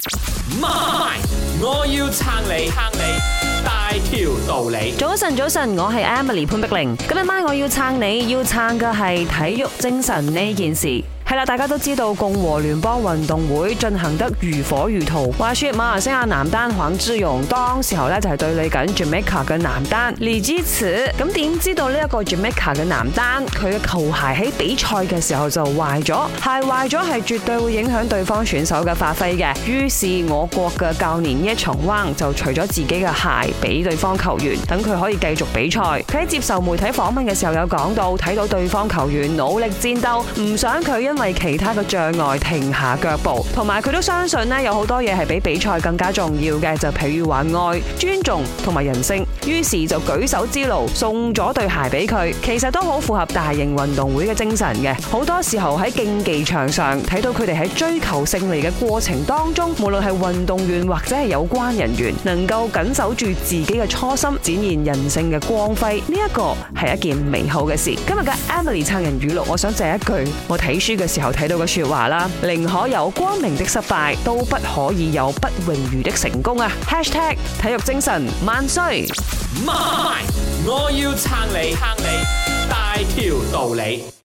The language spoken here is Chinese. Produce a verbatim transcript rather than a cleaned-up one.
媽，我要撐你，撐你大條道理。 早晨，早晨，我係 Emily 潘碧玲。今日晚我要撐你，要撐嘅係體育精神呢件事。係啦，大家都知道共和聯邦運動會進行得如火如荼。話說馬來西亞男單黃志勇當時候咧就係對壘緊 Jamaica 嘅男單李基慈。咁點知道呢一個 Jamaica 嘅男單佢嘅球鞋喺比賽嘅時候就壞咗，鞋壞咗係絕對會影響對方選手嘅發揮嘅。於是我國嘅教練葉長灣就除咗自己嘅鞋俾對方球員，等佢可以繼續比賽。佢喺接受媒體訪問嘅時候有講到，睇到對方球員努力戰鬥，唔想佢因為其他嘅障礙停下腳步，同埋佢都相信呢有好多嘢係比比賽更加重要嘅，就譬如話愛、尊重同埋人性。於是就舉手之勞送咗對鞋俾佢，其實都好符合大型運動會嘅精神嘅。好多時候喺競技場上睇到佢哋喺追求勝利嘅過程當中，無論係運動員或者係有關人員，能夠緊守住自己嘅初心，展現人性嘅光輝，呢一個係一件美好嘅事。今日嘅 Emily 撐人語錄，我想借一句我睇書嘅時候睇到嘅說話啦，寧可有光明的失敗，都不可以有不榮譽的成功啊 ！Hashtag 體育精神萬歲！ 媽，我要撐你，撐你大條道理。